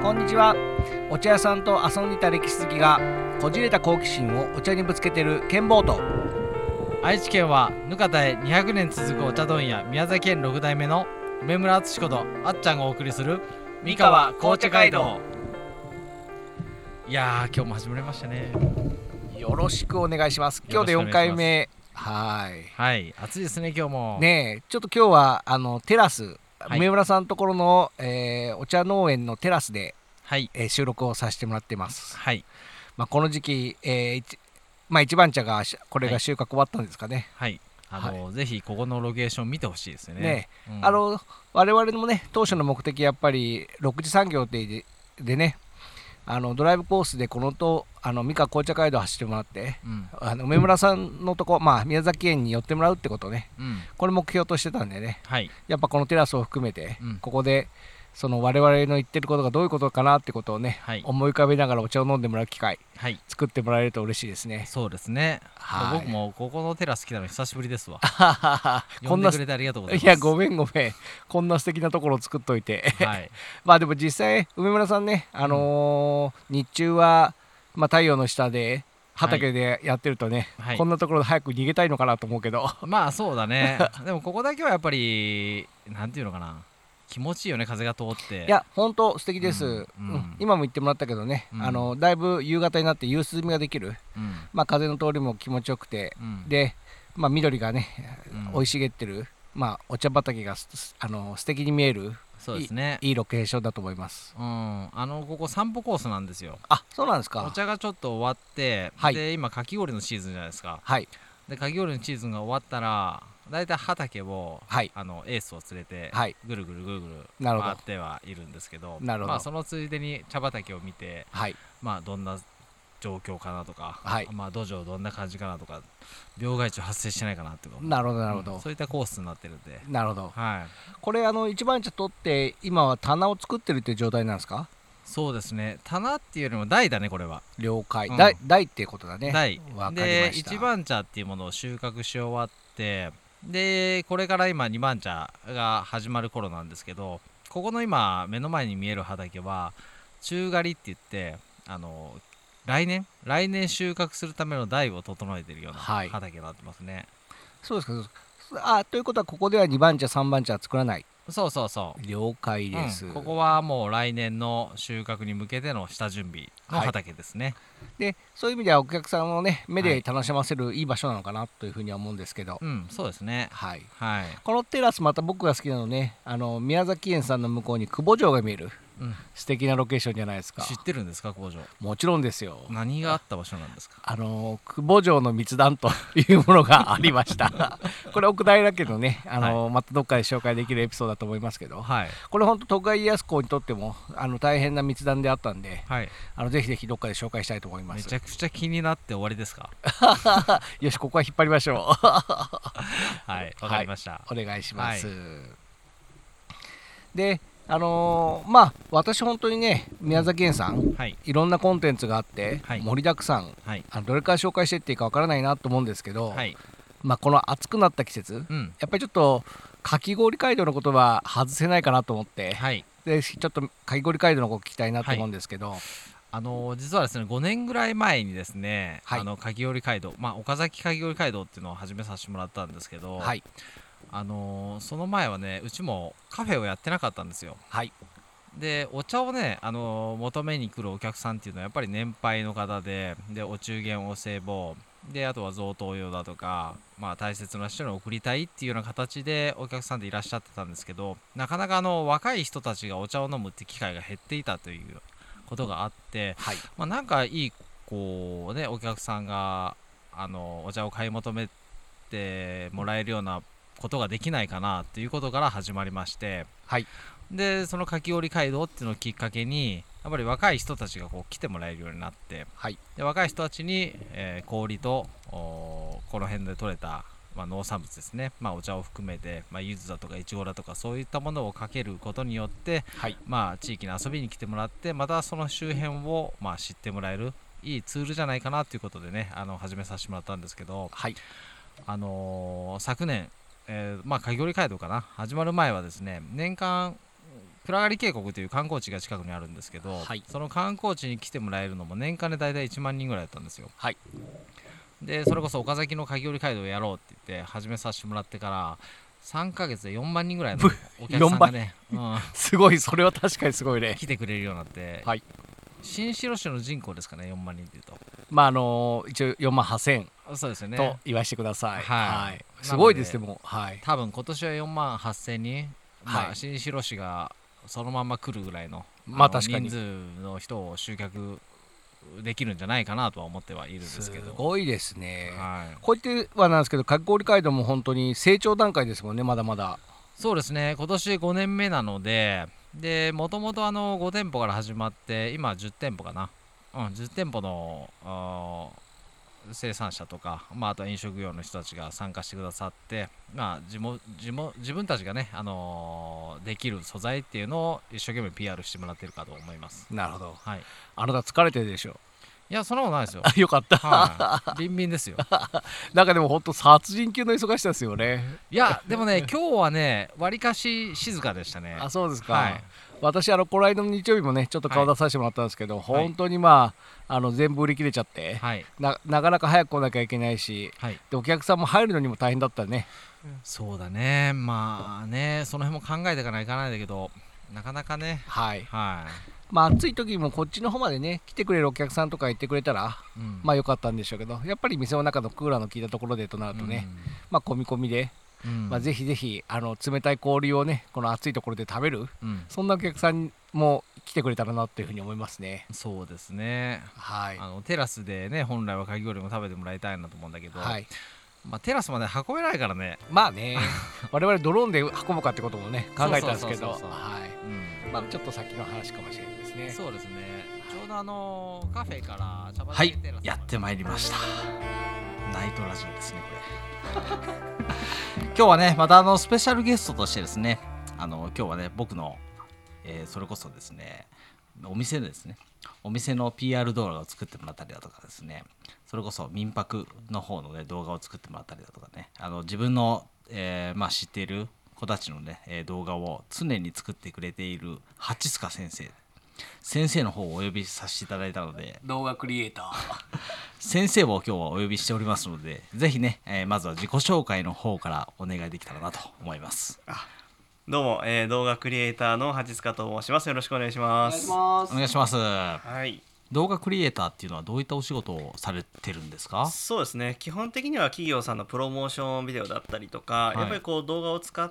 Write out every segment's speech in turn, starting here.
こんにちは。お茶屋さんと遊んでいた歴史好きがこじれた好奇心をお茶にぶつけてる剣坊と、 愛知県はぬかたへ200年続くお茶問屋宮崎県6代目の梅村敦ことあっちゃんがお送りする三河紅茶街道。いやー、今日も始まりましたね。 よろしくお願いします。今日で4回目。はい、 暑いですね今日もね。ちょっと今日はテラス、梅村さんのところの、お茶農園のテラスで、収録をさせてもらってます。この時期、一番茶がこれが収穫終わったんですかね。 ぜひここのロケーション見てほしいですよね。 我々もね、当初の目的やっぱり6次産業でね、ドライブコースでこのと三河紅茶街道走ってもらって、梅村さんのとこ、宮崎県に寄ってもらうってことね、これ目標としてたんでね、やっぱこのテラスを含めて、ここでその我々の言ってることがどういうことかなってことをね、思い浮かべながらお茶を飲んでもらう機会、作ってもらえると嬉しいですね。 そうですね、僕もここのテラス来たの久しぶりですわ。呼んでくれてありがとうございます。 いや、ごめんこんな素敵なところを作っといてでも実際梅村さんね、日中は太陽の下で畑でやってるとね、こんなところで早く逃げたいのかなと思うけどそうだね。でもここだけはやっぱりなんていうのかな、気持ちいいよね、風が通って。 いや本当素敵です、今も言ってもらったけどね、だいぶ夕方になって夕涼みができる、風の通りも気持ちよくて、で、緑がね、生い茂ってる、お茶畑が素敵に見える。 そうですね、 いいロケーションだと思います。 ここ散歩コースなんですよ。 そうなんですか。 お茶がちょっと終わって、で今かき氷のシーズンじゃないですか。でかき氷のシーズンが終わったらだいたい畑を、エースを連れて、ぐるぐる回ってはいるんですけど、そのついでに茶畑を見て、どんな状況かなとか、土壌どんな感じかなとか、病害虫発生してないかなってこと。 なるほど、 そういったコースになってるんで。 なるほど、これ一番茶取って今は棚を作ってるっていう状態なんですか。 そうですね、棚っていうよりも台だね、これは。 了解、台っていうことだね。 台わかりました。 で一番茶っていうものを収穫し終わって、でこれから今二番茶が始まる頃なんですけど、ここの今目の前に見える畑は中刈りって言って、来年収穫するための台を整えているような畑になってますね。 そうですか。ということはここでは2番茶3番茶は作らない。 そう。 了解です、 ここはもう来年の収穫に向けての下準備の畑ですね。 でそういう意味ではお客さんをね、目で楽しませるいい場所なのかなというふうには思うんですけど、 そうですね。 このテラスまた僕が好きなのね、宮崎園さんの向こうに久保城が見える、素敵なロケーションじゃないですか。 知ってるんですか、久保城。もちろんですよ。 何があった場所なんですか。 久保城の密談というものがありましたこれ奥平家のね、またどっかで紹介できるエピソードだと思いますけど、これ本当徳川家康公にとっても大変な密談であったんで、ぜひぜひどっかで紹介したいと思います。 めちゃくちゃ気になって終わりですかよし、ここは引っ張りましょうわかりました、 お願いします。で私本当にね、宮崎園さん、いろんなコンテンツがあって、盛りだくさん、どれから紹介していっていいかわからないなと思うんですけど、この暑くなった季節、やっぱりちょっとかき氷街道のことは外せないかなと思って、でちょっとかき氷街道のこと聞きたいなと思うんですけど、 実はですね、5年ぐらい前にですね、かき氷街道、岡崎かき氷街道っていうのを始めさせてもらったんですけど、その前はね、うちもカフェをやってなかったんですよ。でお茶をね、求めに来るお客さんっていうのはやっぱり年配の方で、お中元お歳暮で、あとは贈答用だとか、大切な人に送りたいっていうような形でお客さんでいらっしゃってたんですけど、なかなか若い人たちがお茶を飲むって機会が減っていたということがあって、なんかいいこうね、お客さんがお茶を買い求めてもらえるようなことができないかなっていうことから始まりまして、でそのかき氷街道っていうのをきっかけに、やっぱり若い人たちが来てもらえるようになって、で若い人たちに、氷とこの辺で採れた、農産物ですね、お茶を含めて、柚子だとかいちごだとかそういったものをかけることによって、地域に遊びに来てもらって、またその周辺を、知ってもらえるいいツールじゃないかなということでね、始めさせてもらったんですけど、昨年、かき氷街道かな始まる前はですね、年間暗がり渓谷という観光地が近くにあるんですけど、はい、その観光地に来てもらえるのも年間で大体1万人ぐらいだったんですよ。 はい、 でそれこそ岡崎のかき氷街道をやろうって言って始めさせてもらってから3ヶ月で4万人ぐらいのお客さんがね、 すごい、それは確かにすごいね、 来てくれるようになって、はい、新城市の人口ですかね、4万人っていうと、 まあ一応4万8000 そうですよねと言わせてください。 はい、 すごいですね。もう、はい、 多分今年は4万8000人、まあ、新城市がそのまま来るぐらいの、 まあ、確かに人数の人を集客できるんじゃないかなとは思ってはいるんですけど、 すごいですね。 はい、 こう言ってはなんですけど、かき氷街道も本当に成長段階ですもんね、まだまだ。 そうですね、今年5年目なので、もともと5店舗から始まって今10店舗かな、10店舗の生産者とか、あとは飲食業の人たちが参加してくださって、自分たちがね、できる素材っていうのを一生懸命 PR してもらってるかと思います。 なるほど、 はい、 あなた疲れてるでしょ。 いや、そんなことないですよ。 よかった、 はい、ビンビンですよ。 なんかでも本当殺人級の忙しさですよね。 いやでもね今日はねわりかし静かでしたね。 あ、そうですか。 はい、 私この間の日曜日もねちょっと顔出させてもらったんですけど、本当に全部売り切れちゃって、なかなか早く来なきゃいけないし、でお客さんも入るのにも大変だったね。 そうだね、まあね、その辺も考えていかないだけど、なかなかね、 暑い時もこっちの方までね来てくれるお客さんとか言ってくれたら、良かったんでしょうけど、やっぱり店の中のクーラーの効いたところでとなるとね、込み込みで、ぜひぜひ冷たい氷をねこの暑いところで食べる、そんなお客さんも来てくれたらなというふうに思いますね。 そうですね、 はい、 テラスでね本来はかき氷も食べてもらいたいなと思うんだけど、テラスまで運べないからね。 まあね我々ドローンで運ぶかってこともね考えたんですけど、ちょっと先の話かもしれないですね。 そうですね、ちょうどカフェから茶畑テラス、やってまいりました。ナイトラジオですねこれ今日はねまたスペシャルゲストとしてですね、今日はね僕の、それこそですねお店の PR 動画を作ってもらったりだとかですね、それこそ民泊の方の、ね、動画を作ってもらったりだとかね、自分の、知っている子たちの、ね、動画を常に作ってくれている八塚先生の方をお呼びさせていただいたので、 動画クリエイター先生を今日はお呼びしておりますので、ぜひね、まずは自己紹介の方からお願いできたらなと思います。 どうも、動画クリエイターの八塚と申します。よろしくお願いします。 お願いします。 はい。 動画クリエイターっていうのはどういったお仕事をされてるんですか？ そうですね、基本的には企業さんのプロモーションビデオだったりとか、やっぱりこう動画を使って、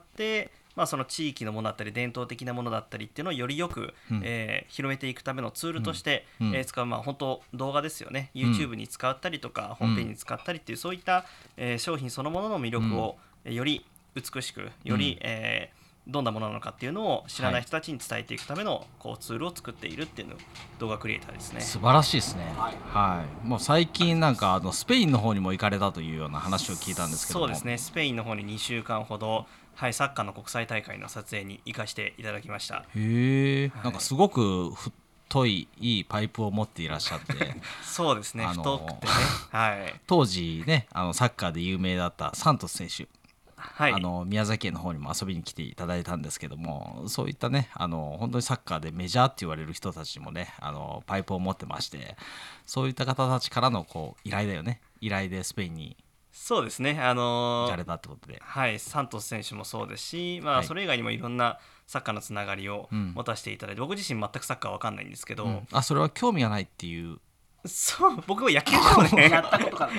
その地域のものだったり伝統的なものだったりっていうのをよりよく、広めていくためのツールとして、使う、本当動画ですよね、YouTube に使ったりとか、ホームページに使ったりっていうそういった、商品そのものの魅力を、より美しくより、どんなものなのかっていうのを知らない人たちに伝えていくためのこうツールを作っているっていうの動画クリエイターですね。 素晴らしいですね。もう最近なんかスペインの方にも行かれたというような話を聞いたんですけども。 そうですね、スペインの方に2週間ほど、サッカーの国際大会の撮影に行かせていただきました。 へえ、なんかすごく太いいいパイプを持っていらっしゃってそうですね、太くてね、 当時ねサッカーで有名だったサントス選手、宮崎県の方にも遊びに来ていただいたんですけども、そういったね本当にサッカーでメジャーって言われる人たちもねパイプを持ってまして、そういった方たちからのこう依頼でスペインにそうですね、 行かれたってことで、 サントス選手もそうですし、それ以外にもいろんなサッカーのつながりを持たせていただいて、僕自身全くサッカーわかんないんですけど、 それは興味がないっていう。 そう僕は野球少年やったことが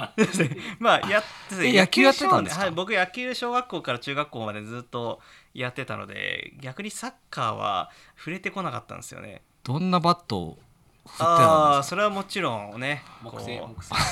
野球やってたんですか？ 僕野球小学校から中学校までずっとやってたので、逆にサッカーは触れてこなかったんですよね。 どんなバットを振ってたんですか？ それはもちろんね、 木製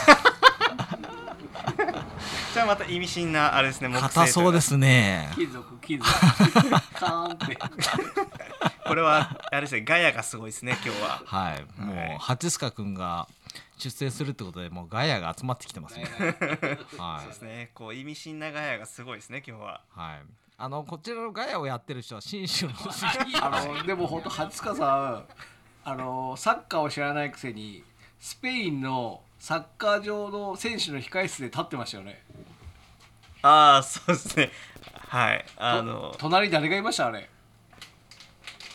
じゃあまた意味深なあれですね、 硬そうですね。 金属カーンってこれはあれですね、ガヤがすごいですね今日は。 もう八塚くんが出演するってことでもうガヤが集まってきてますね。 そうですね、こう意味深なガヤがすごいですね今日は。 こちらのガヤをやってる人は信州のでも本当八塚さんサッカーを知らないくせにスペインのサッカー場の選手の控え室で立ってましたよね。 そうですね、隣誰がいましたあれ？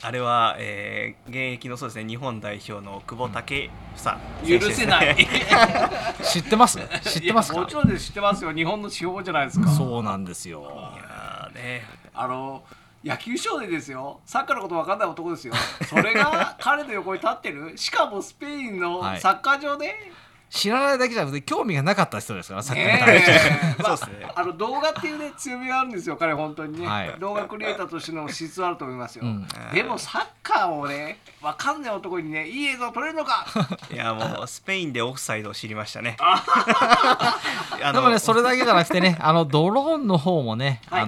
あれは、現役のそうですね日本代表の久保建英許せない知ってます知ってますか？ もちろんです知ってますよ。日本の地方じゃないですか。 そうなんですよ。 いやね野球少年ですよ。サッカーのこと分かんない男ですよ。それが彼の横に立ってる。しかもスペインのサッカー場で、 知らないだけじゃなくて興味がなかった人ですから、サッカーに対して、 そうですね。動画っていうね強みがあるんですよ彼本当にね、はい、動画クリエイターとしての質はあると思いますよ、でもサッカーをね分かんない男にねいい映像撮れるのかいやもうスペインでオフサイドを知りましたねでもねそれだけじゃなくてねドローンの方もね、はい、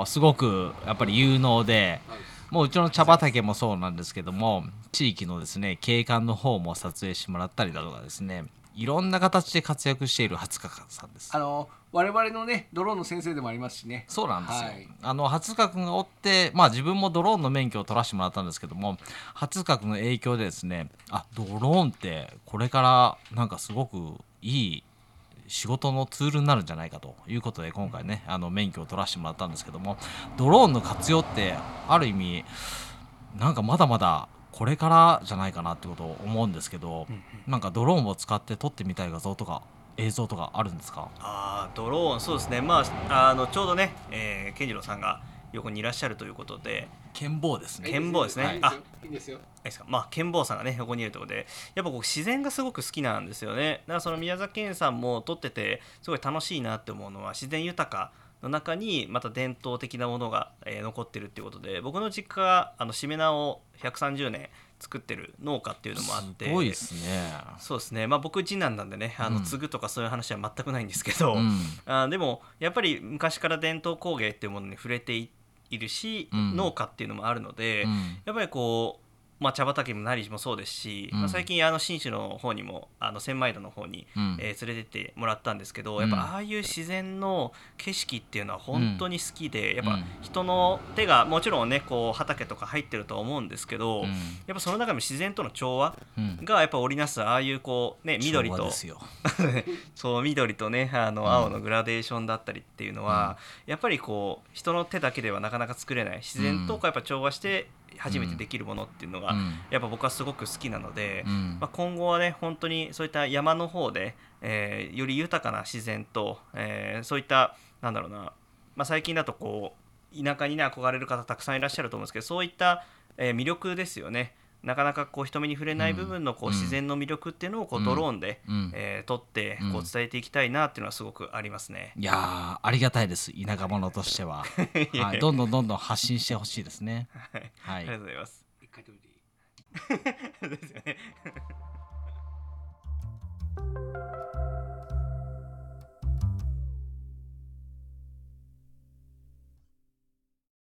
すごくやっぱり有能で、もううちの茶畑もそうなんですけども、地域のですね景観の方も撮影してもらったりだとかですね、いろんな形で活躍している初香さんです。 我々のねドローンの先生でもありますしね。 そうなんですよ、はい、初香君がおって、自分もドローンの免許を取らせてもらったんですけども、初香君の影響でですね、ドローンってこれからなんかすごくいい仕事のツールになるんじゃないかということで今回ね免許を取らせてもらったんですけども、ドローンの活用ってある意味なんかまだまだこれからじゃないかなってことを思うんですけど、なんかドローンを使って撮ってみたい画像とか映像とかあるんですか？ ドローンそうですね、ちょうどね、健次郎さんが横にいらっしゃるということで、 健坊ですね。 健坊ですね。 いいですよ。 健坊さんがね横にいるところで、やっぱ僕自然がすごく好きなんですよね。だからその宮崎県さんも撮っててすごい楽しいなって思うのは、自然豊かの中にまた伝統的なものが、残ってるっていうことで、僕の実家がしめ縄を130年作ってる農家っていうのもあって、 すごいですね。 そうですね、僕次男なんでね継ぐとかそういう話は全くないんですけど、でもやっぱり昔から伝統工芸っていうものに触れているし、農家っていうのもあるので、やっぱりこう茶畑もなりもそうですし、最近信州の方にも千枚田の方に、連れてってもらったんですけど、やっぱああいう自然の景色っていうのは本当に好きで、やっぱ人の手がもちろんねこう畑とか入ってるとは思うんですけど、やっぱその中でも自然との調和がやっぱ織りなすああいうこうね緑とそう緑とね青のグラデーションだったりっていうのは、やっぱりこう人の手だけではなかなか作れない、自然とやっぱ調和して初めてできるものっていうのがやっぱ僕はすごく好きなので、今後はね本当にそういった山の方で、より豊かな自然と、そういったなんだろうな、最近だとこう田舎にね憧れる方たくさんいらっしゃると思うんですけど、そういった、魅力ですよね。なかなかこう人目に触れない部分のこう自然の魅力っていうのをこうドローンで、撮ってこう伝えていきたいなっていうのはすごくありますね。 いやありがたいです、田舎者としてははい、どんどん発信してほしいですね。 はい、ありがとうございます。 一回止めていいですよね